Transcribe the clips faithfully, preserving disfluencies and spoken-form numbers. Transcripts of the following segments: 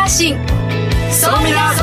発信総ミラ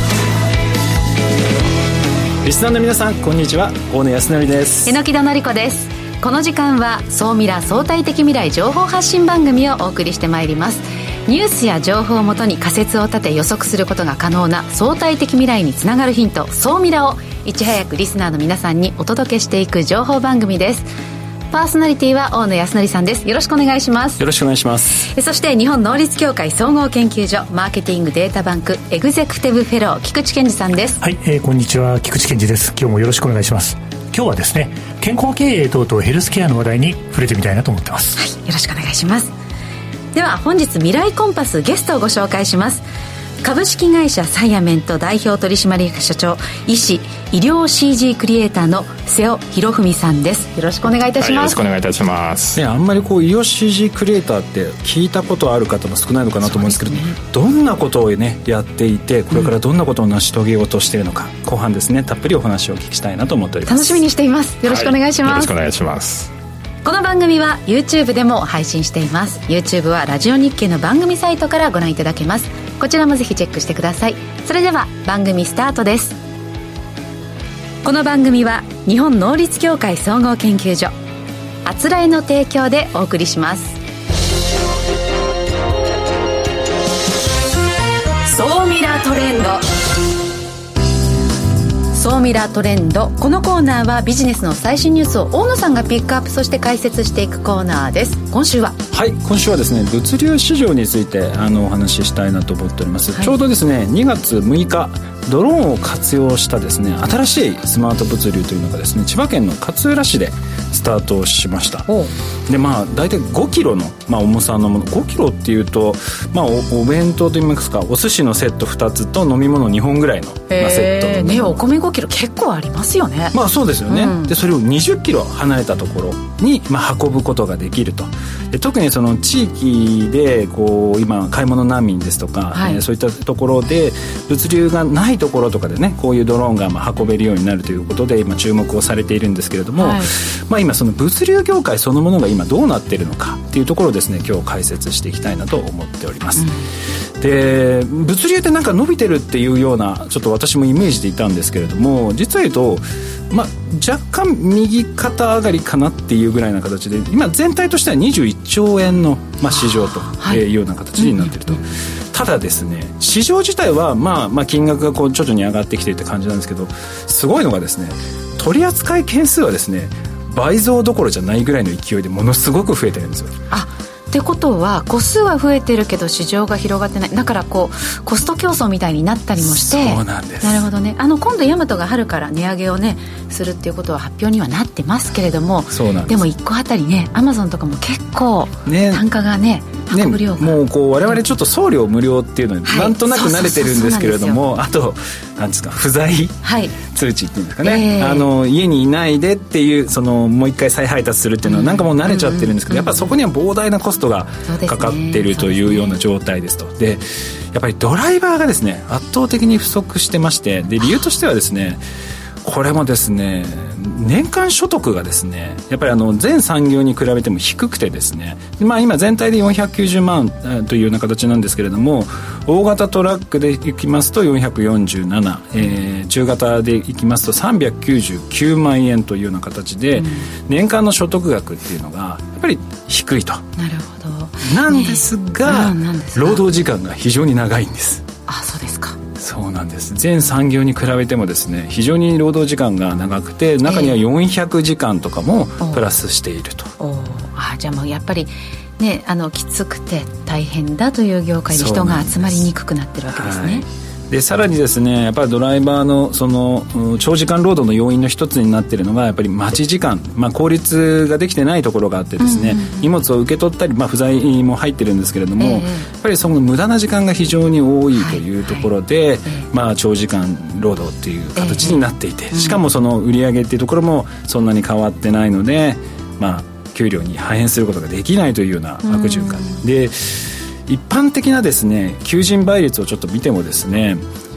リスナーの皆さんこんにちは、大野康則です。 榎木戸典子です。この時間は総ミラ相対的未来情報発信番組をお送りしてまいります。ニュースや情報をもとに仮説を立て予測することが可能な相対的未来につながるヒント、総ミラをいち早くリスナーの皆さんにお届けしていく情報番組です。パーソナリティは大野康則さんです。よろしくお願いします。 よろしくお願いします。 そして日本能率協会総合研究所マーケティングデータバンクエグゼクティブフェロー菊池健二さんです。 はい、えー、こんにちは、菊池健二です。今日もよろしくお願いします。今日はですね、健康経営等々ヘルスケアの話題に触れてみたいなと思ってます。 はい、よろしくお願いします。では本日未来コンパスゲストをご紹介します。株式会社サイアメント代表取締役社長、医師医療 シージー クリエイターの瀬尾博文さんです。よろしくお願いいたします。はい、 よろしくお願いいたします、 ね、あんまりこう医療 シージー クリエイターって聞いたことある方も少ないのかなと思うんですけど、ね、どんなことを、ね、やっていてこれからどんなことを成し遂げようとしているのか、うん、後半ですねたっぷりお話をお聞きしたいなと思っております。 楽しみにしています。よろしくお願いします。はい、よろしくお願いします。 この番組は YouTube でも配信しています。 YouTube はラジオ日経の番組サイトからご覧いただけます。こちらもぜひチェックしてください。それでは番組スタートです。この番組は日本能率協会総合研究所あつらえの提供でお送りします。総ミラトレンド、総ミラートレンド。このコーナーはビジネスの最新ニュースを大野さんがピックアップ、そして解説していくコーナーです。今週ははい今週はですね、物流市場についてあのお話ししたいなと思っております。はい、ちょうどですねにがつむいかドローンを活用したですね新しいスマート物流というのがですね千葉県の勝浦市でスタートしました。でまあ大体ごキロの、まあ、重さのもの、ごキロっていうと、まあ、お, お弁当といいますかお寿司のセットふたつと飲み物にほんぐらいの、まあ、セットの、 ね、お米ごキロ結構ありますよね。 まあそうですよね、うん、でそれをにじゅっキロ離れたところに、まあ、運ぶことができると。で特にその地域でこう今買い物難民ですとか、はいえー、そういったところで物流がないところとかでねこういうドローンがまあ運べるようになるということで今注目をされているんですけれども、はいまあ、今その物流業界そのものが今どうなっているのかっていうところをですね今日解説していきたいなと思っております。うん、で物流ってなんか伸びてるっていうようなちょっと私もイメージでいたんですけれども、実は言うと、まあ、若干右肩上がりかなっていうぐらいな形で今全体としてはにじゅういっちょうえんの、まあ、市場というような形になっていると。はいうんただですね市場自体は、まあ、まあ金額がこう徐々に上がってきているって感じなんですけど、すごいのがですね取扱件数はですね倍増どころじゃないぐらいの勢いでものすごく増えてるんですよ。 あってことは個数は増えてるけど市場が広がってない。だからこうコスト競争みたいになったりもして。 そうなんです。 なるほどね。あの今度ヤマトが春から値上げをねするっていうことは発表にはなってますけれども、 そうなんです。 でもいっこあたりねアマゾンとかも結構単価がね運ぶ量が、 ね、もうこう我々ちょっと送料無料っていうのになんとなく慣れてるんですけれども、あとなんですか不在、はい、通知っていうんですかね、えー、あの家にいないでっていうそのもう一回再配達するっていうのはなんかもう慣れちゃってるんですけど、うんうんうん、やっぱそこには膨大なコストがかかっているというような状態ですと。でやっぱりドライバーがですね圧倒的に不足してまして、で理由としてはですねこれもですね年間所得がですねやっぱりあの全産業に比べても低くてですね、まあ、今全体でよんひゃくきゅうじゅうまんというような形なんですけれども、大型トラックでいきますとよんひゃくよんじゅうなな、えー、中型でいきますとさんびゃくきゅうじゅうきゅうまんえんというような形で、うん、年間の所得額っていうのがやっぱり低いと。 なるほど。 なんですが、ね、労働時間が非常に長いんです。 あ、そうですか。 そうなんです。全産業に比べてもですね非常に労働時間が長くて中にはよんひゃくじかんとかもプラスしていると。 おおあじゃあもうやっぱりねあのきつくて大変だという業界に人が集まりにくくなってるわけですね。 でさらにですねやっぱりドライバーのその長時間労働の要因の一つになっているのがやっぱり待ち時間、まあ、効率ができてないところがあってですね、うんうんうん、荷物を受け取ったり、まあ、不在も入ってるんですけれども、えー、やっぱりその無駄な時間が非常に多いというところで、はいはいまあ、長時間労働という形になっていて、えー、しかもその売り上げっていうところもそんなに変わってないので、まあ、給料に反映することができないというような悪循環、うん、で一般的なですね求人倍率をちょっと見てもですね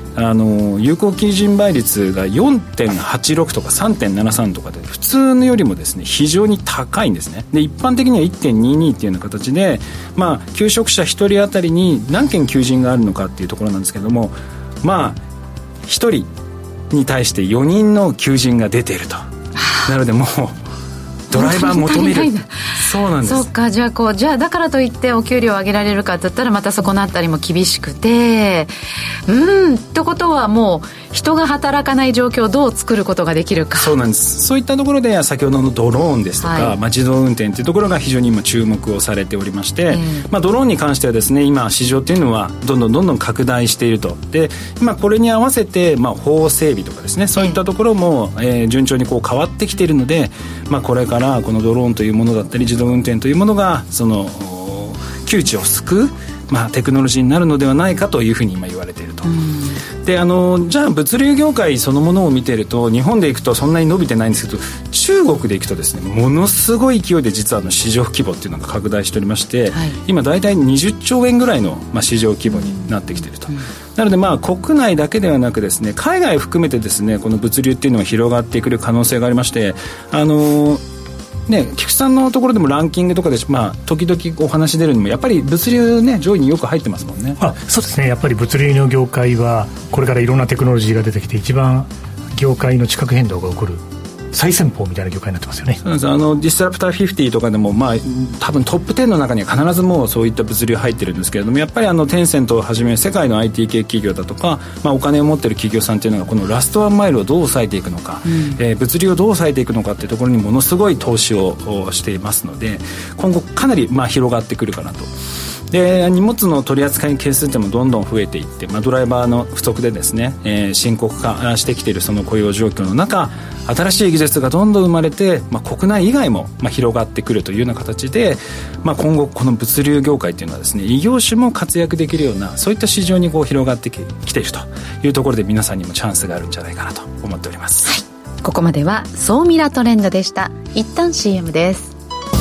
あの有効求人倍率が よんてんはちろく とか さんてんななさん とかで普通のよりもですね非常に高いんですね。で一般的には いってんにに っていうような形で、まあ、求職者ひとり当たりに何件求人があるのかっていうところなんですけども、まあひとりに対してよにんの求人が出ていると。なのでもうドライバー求める。そうなんです。 そうか。じゃあこうじゃあだからといってお給料を上げられるかって言ったらまたそこのあたりも厳しくて、うんってことはもう人が働かない状況をどう作ることができるか。 そうなんです。そういったところで先ほどのドローンですとか、はい、まあ、自動運転というところが非常に今注目をされておりまして、えーまあ、ドローンに関してはですね今市場っていうのはどんどんどんどん拡大していると。で今これに合わせて、まあ、法整備とかですねそういったところも、えー、順調にこう変わってきているので、まあ、これからこのドローンというものだったり自動運転というものがその窮地を救う、まあ、テクノロジーになるのではないかというふうに今言われていると。であのじゃあ物流業界そのものを見ていると日本でいくとそんなに伸びてないんですけど中国でいくとですねものすごい勢いで実はあの市場規模っていうのが拡大しておりまして、はい、今だいたいにじゅっちょうえんぐらいの、まあ、市場規模になってきていると、うん、なのでまあ国内だけではなくですね海外含めてですねこの物流っていうのが広がってくる可能性がありましてあのね、菊池さんのところでもランキングとかで、まあ、時々お話出るのもやっぱり物流、ね、上位によく入ってますもんね。 あ、そうですね。やっぱり物流の業界はこれからいろんなテクノロジーが出てきて一番業界の地殻変動が起こる最先鋒みたいな業界になってますよね。 そうなんです。あのディストラプターフィフティとかでも、まあ、多分トップじゅうの中には必ずもうそういった物流入ってるんですけれどもやっぱりあのテンセントをはじめ世界の アイティー 系企業だとか、まあ、お金を持ってる企業さんっていうのがこのラストワンマイルをどう抑えていくのか、うんえー、物流をどう抑えていくのかっていうところにものすごい投資をしていますので今後かなりまあ広がってくるかなと。で荷物の取り扱い件数ってもどんどん増えていって、まあ、ドライバーの不足でですね、えー、深刻化してきているその雇用状況の中新しい技術がどんどん生まれて、まあ、国内以外もまあ広がってくるというような形で、まあ、今後この物流業界というのはですね異業種も活躍できるようなそういった市場にこう広がってきているというところで皆さんにもチャンスがあるんじゃないかなと思っております、 はい、ここまでは総ミラトレンドでした。一旦 シーエム です。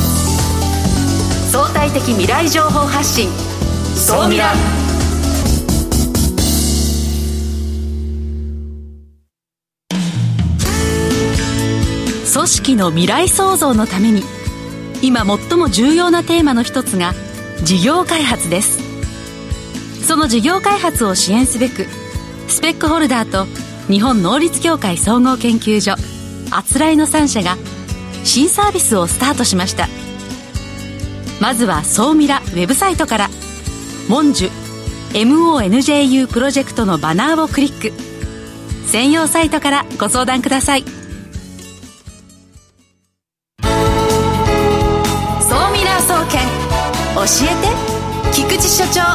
相対的未来情報発信総ミラ。 組織の未来創造のために今最も重要なテーマの一つが事業開発です。その事業開発を支援すべくスペックホルダーと日本能率協会総合研究所あつらいのさん社が新サービスをスタートしました。まずは総ミラウェブサイトからモンジュ エムオーエヌジェーユー プロジェクトのバナーをクリック。専用サイトからご相談ください。 総ミラ総研教えて菊池所長。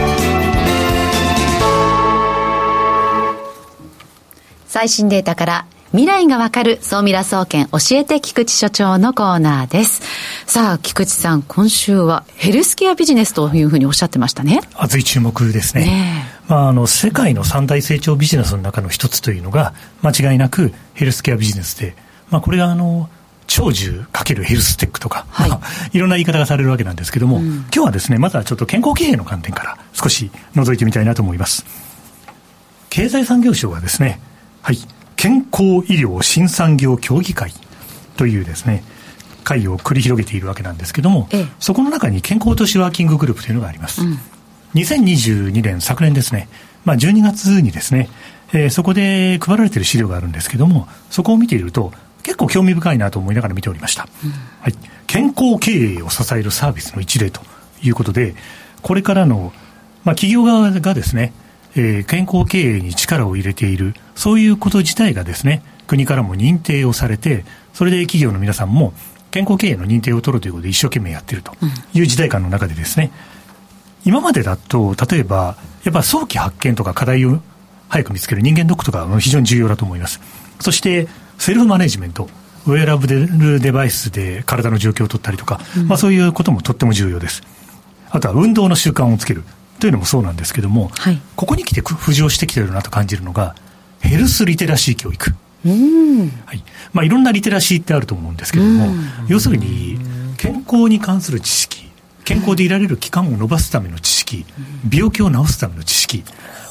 最新データから未来がわかる総ミラ総研教えて菊池所長のコーナーです。さあ菊池さん今週はヘルスケアビジネスというふうにおっしゃってましたね。 熱い注目ですね。ねまあ、あの世界の三大成長ビジネスの中の一つというのが間違いなくヘルスケアビジネスで、まあ、これがあの長寿×ヘルステックとか、はいまあ、いろんな言い方がされるわけなんですけども、うん、今日はですねまずはちょっと健康経営の観点から少し覗いてみたいなと思います。経済産業省はですねはい健康医療新産業協議会というですね会を繰り広げているわけなんですけども、ええ、そこの中に健康都市ワーキンググループというのがあります、うん、にせんにじゅうにねん昨年ですね、まあ、じゅうにがつにですね、えー、そこで配られている資料があるんですけどもそこを見ていると結構興味深いなと思いながら見ておりました、うんはい、健康経営を支えるサービスの一例ということでこれからの、まあ、企業側がですねえー、健康経営に力を入れているそういうこと自体がですね国からも認定をされてそれで企業の皆さんも健康経営の認定を取るということで一生懸命やっているという時代感の中でですね、うん、今までだと例えばやっぱ早期発見とか課題を早く見つける人間ドックとか非常に重要だと思います。そしてセルフマネジメントウェアラブルデバイスで体の状況を取ったりとか、うんまあ、そういうこともとっても重要です。あとは運動の習慣をつけるというのもそうなんですけども、はい、ここに来て浮上してきているなと感じるのがヘルスリテラシー教育、うんはいまあ、いろんなリテラシーってあると思うんですけども要するに健康に関する知識健康でいられる期間を延ばすための知識病気を治すための知識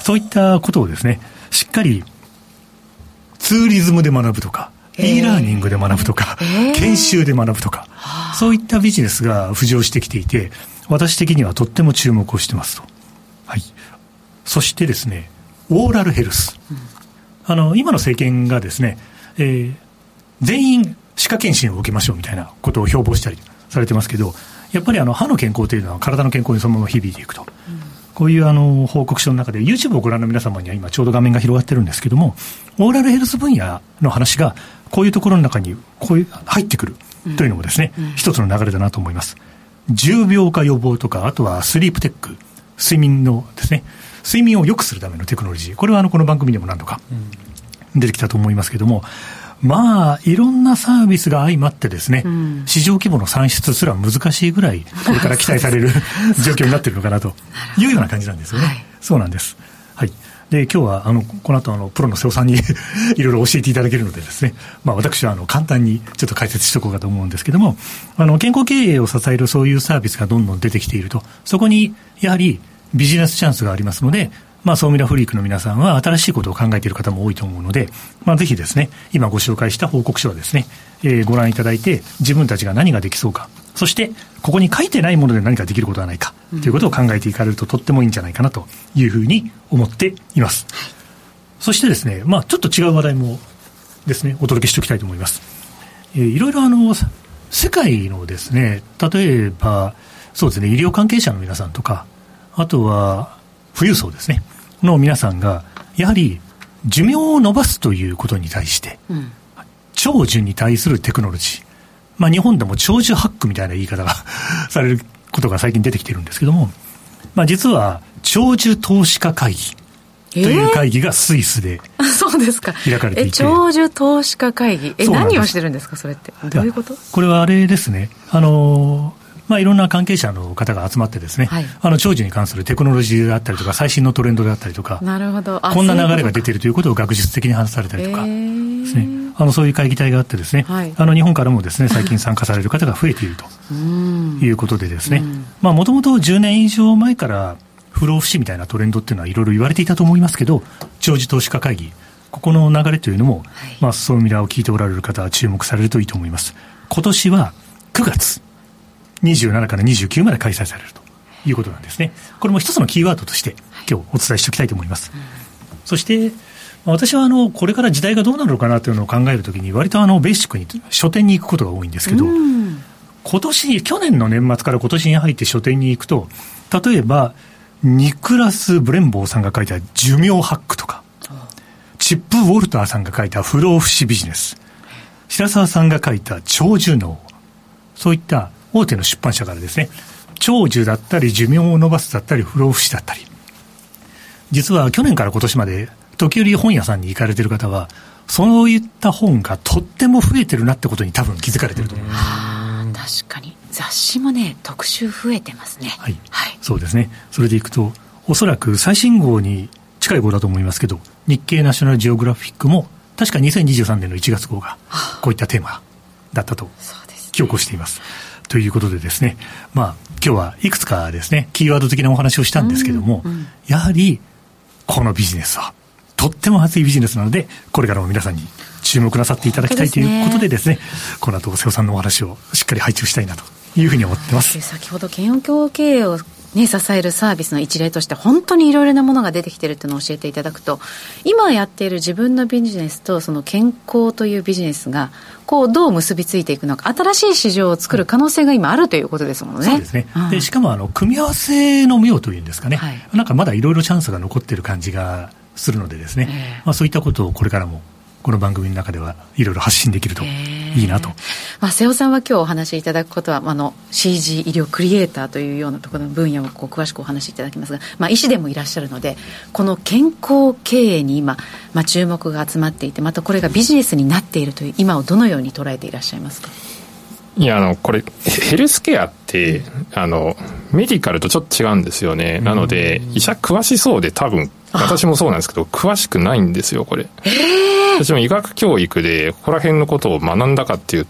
そういったことをですね、しっかりツーリズムで学ぶとか、e ラーニングで学ぶとか、研修で学ぶとか、そういったビジネスが浮上してきていて、私的にはとっても注目をしてますと。はい。そしてですね、オーラルヘルス。うん、あの、今の政権がですね、えー、全員歯科検診を受けましょうみたいなことを標榜したりされてますけど、やっぱりあの歯の健康というのは体の健康にそのまま響いていくと。うん、こういうあの報告書の中で YouTube をご覧の皆様には今ちょうど画面が広がってるんですけども、オーラルヘルス分野の話がこういうところの中にこういう入ってくるというのもですね、うんうん、一つの流れだなと思います。重病化予防とか、あとはスリープテック、睡眠のですね、睡眠を良くするためのテクノロジー、これはあのこの番組でも何度か出てきたと思いますけども、まあいろんなサービスが相まってですね、うん、市場規模の算出すら難しいぐらいこれから期待される状況になっているのかなというような感じなんですよね。はい、そうなんです。はい。で、今日はあのこの後あのプロの瀬尾さんにいろいろ教えていただけるのでですね、まあ私はあの簡単にちょっと解説しておこうかと思うんですけども、あの健康経営を支えるそういうサービスがどんどん出てきていると、そこにやはりビジネスチャンスがありますので、まあ、ソーミラフリークの皆さんは新しいことを考えている方も多いと思うので、まあ、ぜひですね、今ご紹介した報告書はですね、えー、ご覧いただいて、自分たちが何ができそうか、そしてここに書いてないもので何かできることはないか、うん、ということを考えていかれるととってもいいんじゃないかなというふうに思っています。そしてですね、まあ、ちょっと違う話題もですね、お届けしておきたいと思います。えー、いろいろあの世界のですね、例えばそうですね、医療関係者の皆さんとか、あとは富裕層ですねの皆さんがやはり寿命を伸ばすということに対して、うん、長寿に対するテクノロジー、まあ、日本でも長寿ハックみたいな言い方がされることが最近出てきているんですけども、まあ、実は長寿投資家会議という会議がスイスでそうですか、 開かれていて、 え長寿投資家会議、え何をしてるんですかそれって、どういうこと？ これはあれですね、あのーまあ、いろんな関係者の方が集まってですね、はい、あの長寿に関するテクノロジーであったりとか最新のトレンドであったりとか、 なるほど、 こんな流れが出ているということを学術的に話されたりとかですね、あのそういう会議体があってですね、はい、あの日本からもですね最近参加される方が増えているということでですね、もともとじゅうねん以上前から不老不死みたいなトレンドっていうのはいろいろ言われていたと思いますけど、長寿投資家会議、ここの流れというのも、はい、まあ、ソーミラーを聞いておられる方は注目されるといいと思います。今年はくがつにじゅうななからにじゅうきゅうまで開催されるということなんですね。これも一つのキーワードとして今日お伝えしておきたいと思います。はい、そして私はあのこれから時代がどうなるのかなというのを考えるときに割とあのベーシックに書店に行くことが多いんですけど、今年去年の年末から今年に入って書店に行くと、例えばニクラス・ブレンボーさんが書いた寿命ハックとか、チップ・ウォルターさんが書いた不老不死ビジネス、白澤さんが書いた長寿脳、そういった大手の出版社からですね、長寿だったり寿命を伸ばすだったり不老不死だったり、実は去年から今年まで時折本屋さんに行かれている方はそういった本がとっても増えてるなってことに多分気づかれてると思います。 あ、確かに雑誌もね特集増えてますね。 はい、はい、そうですね。それでいくとおそらく最新号に近い号だと思いますけど、日経ナショナルジオグラフィックも確かにせんにじゅうさんねんのいちがつ号がこういったテーマだったと記憶をしています。ということでですね、まあ今日はいくつかですねキーワード的なお話をしたんですけども、うんうん、やはりこのビジネスはとっても熱いビジネスなので、これからも皆さんに注目なさっていただきたいということでですね、この後瀬尾さんのお話をしっかり拝聴したいなというふうに思ってます。 先ほど健康経営をね、支えるサービスの一例として本当にいろいろなものが出てきているというのを教えていただくと、今やっている自分のビジネスとその健康というビジネスがこうどう結びついていくのか、新しい市場を作る可能性が今あるということですもんね。 そうですね、うん、でしかもあの組み合わせの妙というんですかね、はい、なんかまだいろいろチャンスが残っている感じがするのでですね、えーまあ、そういったことをこれからもこの番組の中ではいろいろ発信できるといいなと、えーまあ、瀬尾さんは今日お話しいただくことは、まあ、の シージー 医療クリエイターというようなところの分野をこう詳しくお話しいただきますが、まあ、医師でもいらっしゃるので、この健康経営に今、まあ、注目が集まっていて、またこれがビジネスになっているという今をどのように捉えていらっしゃいますか？ いや、あのこれヘルスケアって、うん、あのメディカルとちょっと違うんですよね。なので医者詳しそうで、多分私もそうなんですけど詳しくないんですよこれ。私も医学教育でここら辺のことを学んだかっていうと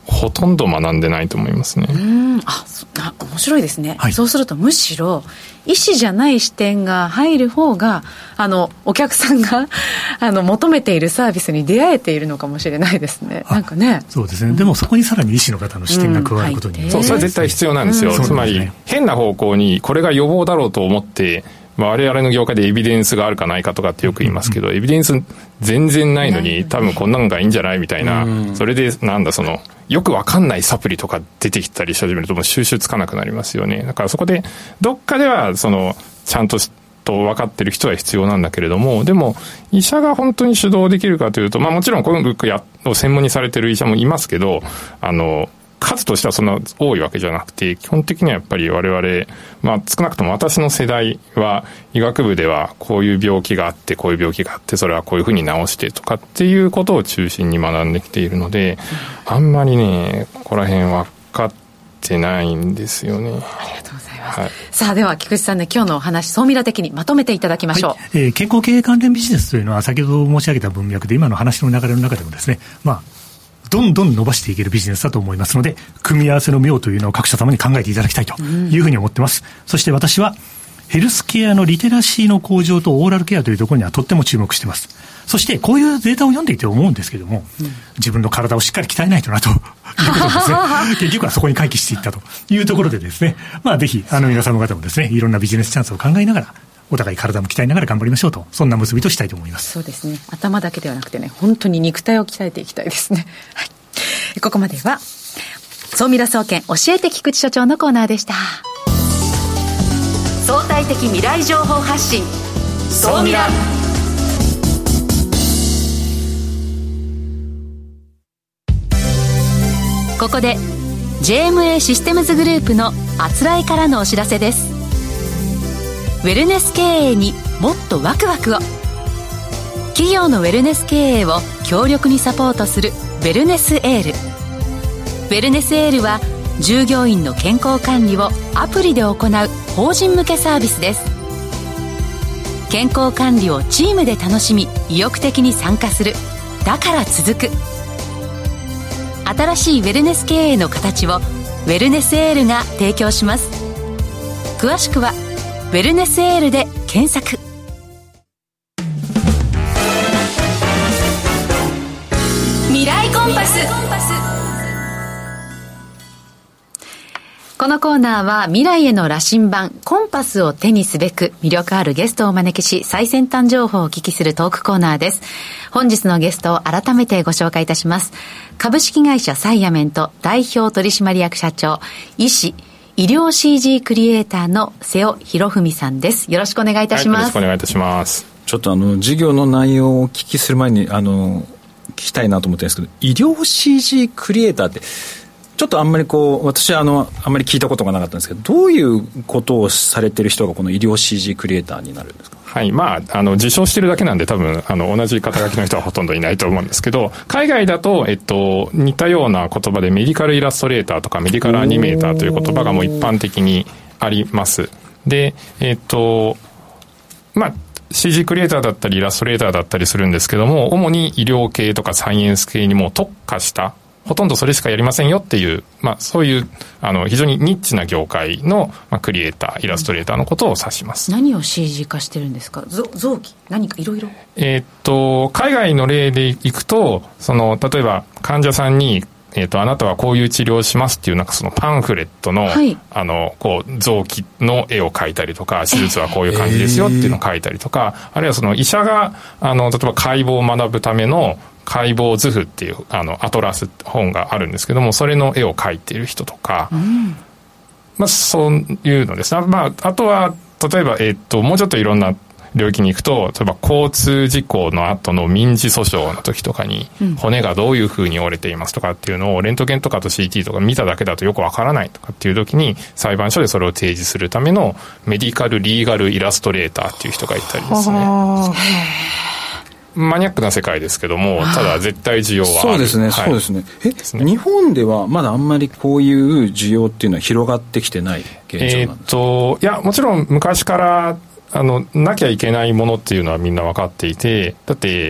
ほとんど学んでないと思いますね。 うん、あ、あ、面白いですね、はい、そうするとむしろ医師じゃない視点が入る方があのお客さんがあの求めているサービスに出会えているのかもしれないですね。なんかね、 そうですね、うん、でもそこにさらに医師の方の視点が加わることに、うん、 そう、それは絶対必要なんですよ、うん、つまり、ね、変な方向にこれが予防だろうと思ってまあ、我々の業界でエビデンスがあるかないかとかってよく言いますけど、エビデンス全然ないのに多分こんなのがいいんじゃないみたいな、それでなんだそのよくわかんないサプリとか出てきたりし始めるともう収集つかなくなりますよね。だからそこでどっかではそのちゃんとと分かってる人は必要なんだけれども、でも医者が本当に主導できるかというと、まあもちろんこういうのを専門にされてる医者もいますけど、あの数としてはそんな多いわけじゃなくて、基本的にはやっぱり我々、まあ少なくとも私の世代は医学部ではこういう病気があってこういう病気があってそれはこういうふうに治してとかっていうことを中心に学んできているので、あんまりねここら辺分かってないんですよね。 ありがとうございます、はい、さあでは菊池さんね、今日のお話総ミラ的にまとめていただきましょう。はい、 えー、健康経営関連ビジネスというのは先ほど申し上げた文脈で今の話の流れの中でもですね、まあどんどん伸ばしていけるビジネスだと思いますので、組み合わせの妙というのを各社様に考えていただきたいというふうに思ってます、うん、そして私はヘルスケアのリテラシーの向上とオーラルケアというところにはとっても注目してます。そしてこういうデータを読んでいて思うんですけども、うん、自分の体をしっかり鍛えないとなということですね結局はそこに回帰していったというところでですね、まあぜひあの皆様方もですね、いろんなビジネスチャンスを考えながらお互い体も鍛えながら頑張りましょうと、そんな結びとしたいと思います。 そうですね、頭だけではなくてね、本当に肉体を鍛えていきたいですね、はい、ここまでは総ミラ総研教えて菊池所長のコーナーでした。 相対的未来情報発信総ミラ。 ここで ジェーエムエー システムズグループのあつらいからのお知らせです。ウェルネス経営にもっとワクワクを。企業のウェルネス経営を強力にサポートするウェルネスエール。ウェルネスエールは従業員の健康管理をアプリで行う法人向けサービスです。健康管理をチームで楽しみ意欲的に参加する、だから続く。新しいウェルネス経営の形をウェルネスエールが提供します。詳しくはウェルネスエールで検索。 未来コンパス。 このコーナーは未来への羅針盤コンパスを手にすべく魅力あるゲストをお招きし、最先端情報をお聞きするトークコーナーです。本日のゲストを改めてご紹介いたします。株式会社サイアメント代表取締役社長、医師医療 シージー クリエイターの瀬尾博文さんです。よろしくお願いいたします。 はい、よろしくお願いいたします。 ちょっとあの事業の内容をお聞きする前にあの聞きたいなと思ってるんですけど、医療 シージー クリエイターってちょっとあんまりこう私はあのあんまり聞いたことがなかったんですけど、どういうことをされてる人がこの医療 シージー クリエイターになるんですか？ はい、まあ、あの受賞してるだけなんで多分あの同じ肩書きの人はほとんどいないと思うんですけど、海外だと、えっと、似たような言葉でメディカルイラストレーターとかメディカルアニメーターという言葉がもう一般的にあります。で、えっとまあシージー クリエイターだったりイラストレーターだったりするんですけども、主に医療系とかサイエンス系にも特化したほとんどそれしかやりませんよっていう、まあ、そういうあの非常にニッチな業界の、まあ、クリエイターイラストレーターのことを指します。 何を シージー 化してるんですか？臓器何かいろいろ。 えー、っと海外の例でいくと、その例えば患者さんにえー、とあなたはこういう治療をしますっていうなんかそのパンフレットの、はい、あのこう臓器の絵を描いたりとか、手術はこういう感じですよっていうのを描いたりとか、あるいはその医者があの例えば解剖を学ぶための解剖図譜っていうあのアトラス本があるんですけども、それの絵を描いている人とか、うん、まあそういうのですね。まああとは例えばえっ、ー、ともうちょっといろんな領域に行くと、例えば交通事故の後の民事訴訟の時とかに骨がどういうふうに折れていますとかっていうのをレントゲンとかと シーティー とか見ただけだとよくわからないとかっていう時に裁判所でそれを提示するためのメディカルリーガルイラストレーターっていう人がいたりですね。マニアックな世界ですけども、ただ絶対需要はある。 そうですね、はい、そうですね。えですね、日本ではまだあんまりこういう需要っていうのは広がってきてない現状なんですか？えー、っといやもちろん昔からあのなきゃいけないものっていうのはみんな分かっていて、だって、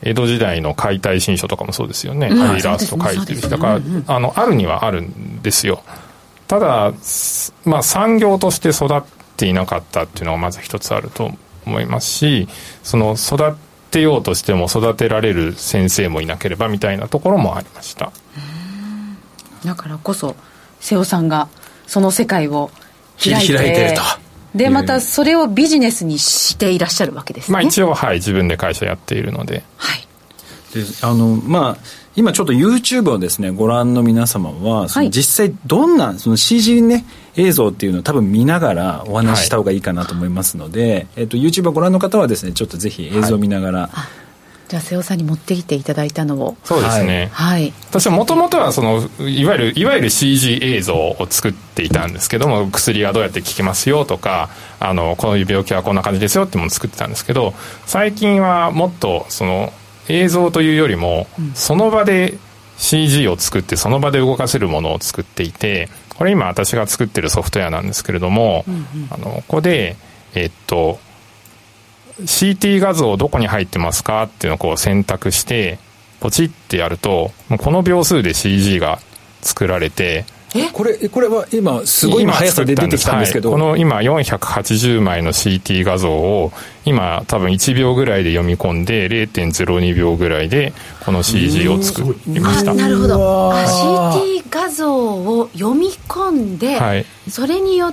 江戸時代の解体新書とかもそうですよね、 うん、 イラスト描いてる人だから、あのあるにはあるんですよ。ただ、まあ、産業として育っていなかったっていうのがまず一つあると思いますし、その育てようとしても育てられる先生もいなければみたいなところもありました。 うん、だからこそ瀬尾さんがその世界を開いて、 開いてると。 でまたそれをビジネスにしていらっしゃるわけですね。 まあ、一応、はい、自分で会社やっているので、 はい、 であのまあ、今ちょっと YouTube をですねご覧の皆様はその実際どんなその シージー、ね、映像っていうのを多分見ながらお話しした方がいいかなと思いますので、はい、えっと、YouTube をご覧の方はですねちょっとぜひ映像を見ながら、はい、 じゃあ瀬尾さんに持ってきていただいたのを。 そうですね、はい、私はもともとはそのいわゆるいわゆる シージー 映像を作っていたんですけども、薬はどうやって効きますよとか、あのこういう病気はこんな感じですよっていうものを作ってたんですけど、最近はもっとその映像というよりも、うん、その場で シージー を作ってその場で動かせるものを作っていて、これ今私が作ってるソフトウェアなんですけれども、うんうん、あのここでえっと シーティー 画像どこに入ってますかっていうのをこう選択してポチってやると、もうこの秒数で シージー が作られて、 えこれこれは今すごい速さで出てきたんですけど、 はい、この今よんひゃくはちじゅうまいの シーティー 画像を今多分いちびょうぐらいで読み込んで れいてんゼロにびょうぐらいでこの シージー を作りました。 なるほど。あ シーティー 画像を読み込んで、はい、それによって、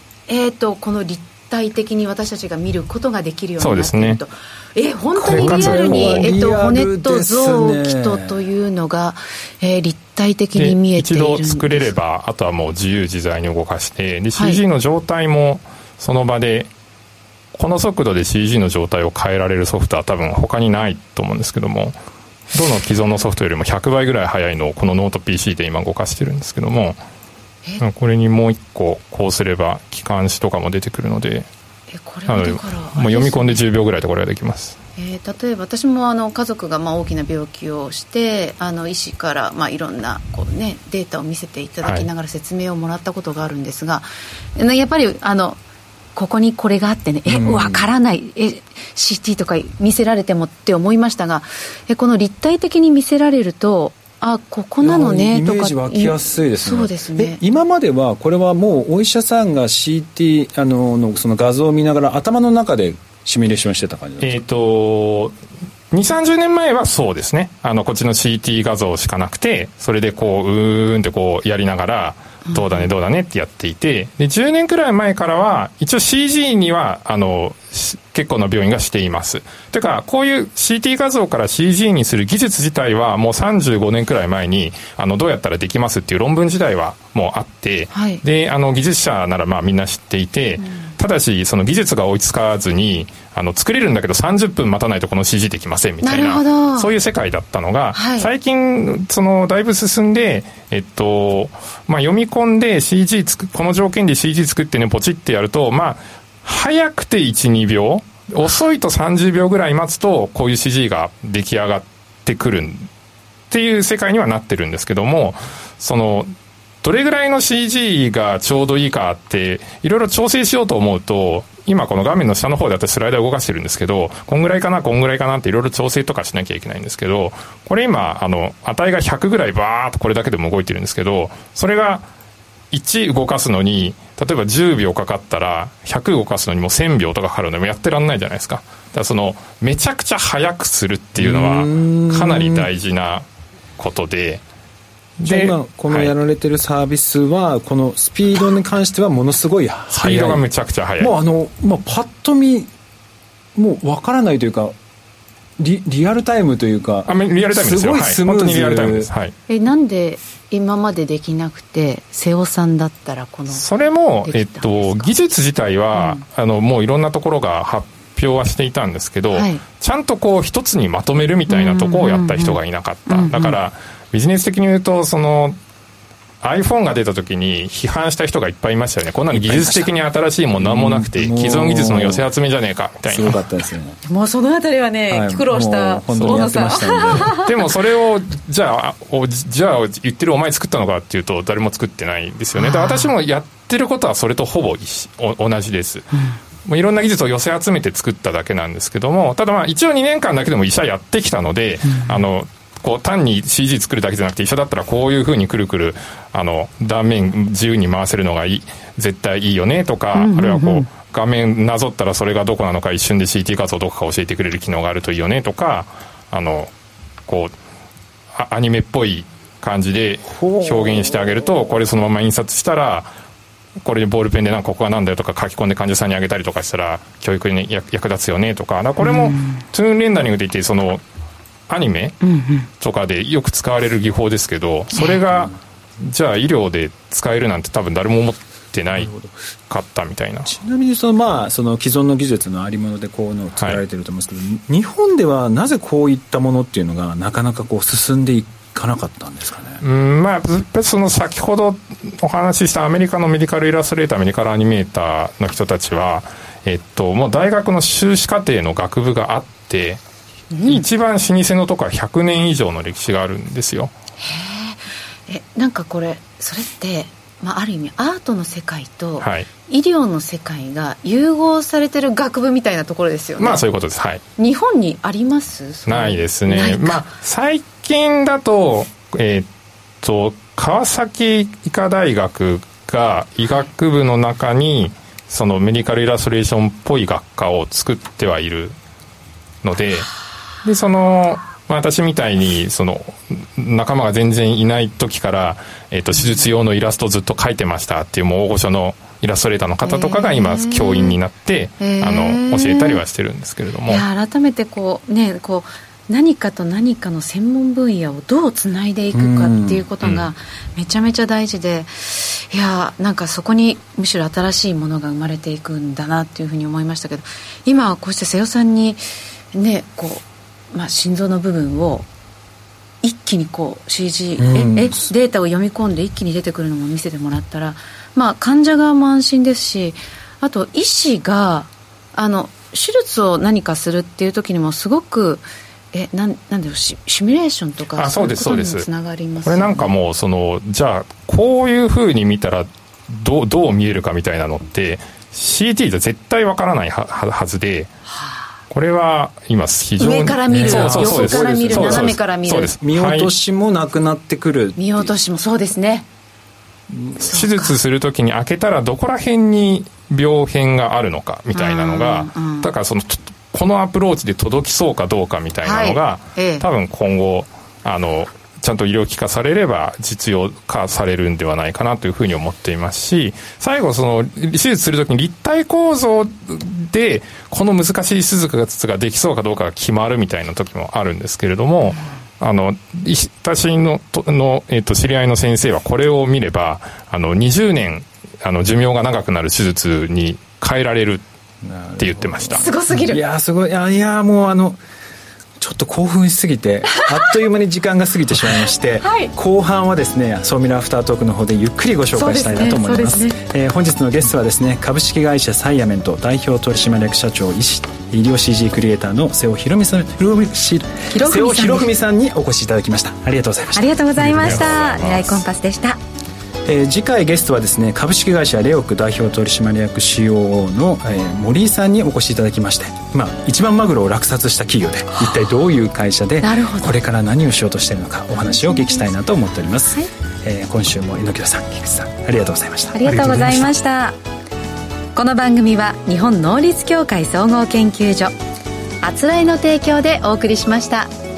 えー、とこの立体的に私たちが見ることができるようになっていると。え本当にリアルに、えっと、骨と臓器とというのが、えー、立体的に見えているんです。 一度作れればあとはもう自由自在に動かして、で シージー の状態もその場で、この速度で シージー の状態を変えられるソフトは多分他にないと思うんですけども、どの既存のソフトよりもひゃくばいぐらい速いのをこのノート ピーシー で今動かしてるんですけども、これにもう一個こうすれば気管支とかも出てくるので、 えこれはだからもう読み込んでじゅうびょうぐらいでこれができます。 えー、例えば私もあの家族がまあ大きな病気をしてあの医師からまあいろんなこう、ね、データを見せていただきながら説明をもらったことがあるんですが、はい、やっぱりあのここにこれがあってね、え分からない、え シーティー とか見せられてもって思いましたが、えこの立体的に見せられると、あここなのねとか、イメージ湧きやすいですね。 そうですね。 今まではこれはもうお医者さんが シーティー あののその画像を見ながら頭の中でシミュレーションしてた感じなんですか？ えーとにじゅう、さんじゅうねんまえはそうですね。あのこっちの シーティー 画像しかなくて、それでこううーんってこうやりながらどうだねどうだねってやっていて、でじゅうねんくらい前からは一応 シージー にはあの結構な病院がしています。というかこういう シーティー 画像から シージー にする技術自体はもうさんじゅうごねんくらい前にあのどうやったらできますっていう論文自体はもうあって、はい、であの技術者ならまあみんな知っていて、うん、ただしその技術が追いつかずにあの作れるんだけどさんじゅっぷん待たないとこの シージー できませんみたい な, なそういう世界だったのが、はい、最近そのだいぶ進んで、えっとまあ、読み込んで シージー つくこの条件で シージー 作ってねポチってやると、まあ早くていち、にびょう、遅いとさんじゅうびょうぐらい待つとこういう シージー が出来上がってくるっていう世界にはなってるんですけども、そのどれぐらいの シージー がちょうどいいかっていろいろ調整しようと思うと、今この画面の下の方で私スライダー動かしてるんですけど、こんぐらいかなこんぐらいかなっていろいろ調整とかしなきゃいけないんですけど、これ今あの値がひゃくぐらいバーッとこれだけでも動いてるんですけど、それがいち動かすのに例えばじゅうびょうかかったらひゃく動かすのにもせんびょうとかかかるのでもやってらんないじゃないですか。だからそのめちゃくちゃ速くするっていうのはかなり大事なことで、 で今このやられてるサービスは、はい、このスピードに関してはものすごい速い、 スピードがめちゃくちゃ速い。 もうあの、まあ、パッと見もう分からないというか リ, リアルタイムというか、 あリアルタイムですよ。すごいスムーズ、はい、本当にリアルタイムです、はい、 えなんで今までできなくて瀬尾さんだったらこのそれも、えっと、技術自体は、うん、あのもういろんなところが発表はしていたんですけど、はい、ちゃんとこう一つにまとめるみたいなところをやった人がいなかった、うんうんうん、だからビジネス的に言うとその iPhone が出た時に批判した人がいっぱいいましたよね。こんなの技術的に新しいものなんもなくて既存技術の寄せ集めじゃねえかみたいな。 すごかったですね。 もうそのあたりはね、はい、苦労した本当にやってましたんででもそれをじゃあおじゃあ言ってるお前作ったのかっていうと誰も作ってないですよね。で私もやってることはそれとほぼ同じです、うん、 もういろんな技術を寄せ集めて作っただけなんですけども、ただまあ一応にねんかんだけでも医者やってきたので、うん、あのこう単に シージー 作るだけじゃなくて、医者だったらこういうふうにくるくるあの断面自由に回せるのがいい絶対いいよねとか、うんうんうん、あるいはこう画面なぞったらそれがどこなのか一瞬で シーティー 画像どこか教えてくれる機能があるといいよねとか、あのこうアニメっぽい感じで表現してあげると、これそのまま印刷したらこれボールペンでなんかここがなんだよとか書き込んで患者さんにあげたりとかしたら教育に役立つよねとか、だからこれもトゥーンレンダリングで言ってそのアニメとかでよく使われる技法ですけど、それがじゃあ医療で使えるなんて多分誰も思ってないかったみたいな。 ちなみにその、まあ、その既存の技術のありものでこういうのを作られてると思うんですけど、はい、日本ではなぜこういったものっていうのがなかなかこう進んでいかなかったんですかね。 うんまあ、その先ほどお話ししたアメリカのメディカルイラストレーターメディカルアニメーターの人たちは、えっと、もう大学の修士課程の学部があって、うん、一番老舗のとこはひゃくねん以上の歴史があるんですよ。 へえ、なんかこれそれって、まあ、ある意味アートの世界と医療の世界が融合されてる学部みたいなところですよね。 まあそういうことです、はい、 日本にあります？ ないですね。まあ、最近だと、えー、っと川崎医科大学が医学部の中にそのメディカルイラストレーションっぽい学科を作ってはいるので、でその私みたいにその仲間が全然いない時から、えー、と手術用のイラストをずっと描いてましたっていうもう大御所のイラストレーターの方とかが今教員になって、えー、あの教えたりはしてるんですけれども、 いや改めてこうねこう何かと何かの専門分野をどうつないでいくかっていうことがめちゃめちゃ大事で、いやなんかそこにむしろ新しいものが生まれていくんだなっていうふうに思いましたけど、今こうして瀬尾さんにねこうまあ、心臓の部分を一気にこう シージー、うん、ええデータを読み込んで一気に出てくるのも見せてもらったら、まあ、患者側も安心ですし、あと医師があの手術を何かするっていう時にもすごくえなんなんだろうシミュレーションとかそういうことにもつながりますよね。これなんかもうそのじゃあこういうふうに見たらどう、どう見えるかみたいなのって シーティー じゃ絶対わからない は, はずで、はあこれは今非常に上から見る、 そうそうそう横から見る、斜めから見る、 見落としもなくなってくる、はい、 見落としもそうですね。 手術するときに開けたらどこら辺に病変があるのかみたいなのが、うんうん、だからそのこのアプローチで届きそうかどうかみたいなのが、はいええ、多分今後あのちゃんと医療機化されれば実用化されるんではないかなというふうに思っていますし、最後その手術するときに立体構造でこの難しい手術ができそうかどうかが決まるみたいな時もあるんですけれども、あの私のの、えー、と知り合いの先生はこれを見ればあのにじゅうねんあの寿命が長くなる手術に変えられるって言ってました。 すごすぎる。 いやすごい、いやいやもうあのちょっと興奮しすぎてあっという間に時間が過ぎてしまいまして、はい、後半はですねソーミラアフタートークの方でゆっくりご紹介したいなと思います。そうですね、そうですね。えー、本日のゲストはですね株式会社サイアメント代表取締役社長医師医療 シージー クリエイターの瀬尾博文さん瀬尾博文さんにお越しいただきました。ありがとうございました。 ありがとうございました。未来コンパスでした。 えー、次回ゲストはですね株式会社レオク代表取締役 シーオーオー の、えー、森井さんにお越しいただきまして、まあ、一番マグロを落札した企業で一体どういう会社でこれから何をしようとしているのかお話をお聞きしたいなと思っております、はい。えー、今週も榎田さん菊池さんありがとうございました。 ありがとうございました。この番組は日本能率協会総合研究所あつらいの提供でお送りしました。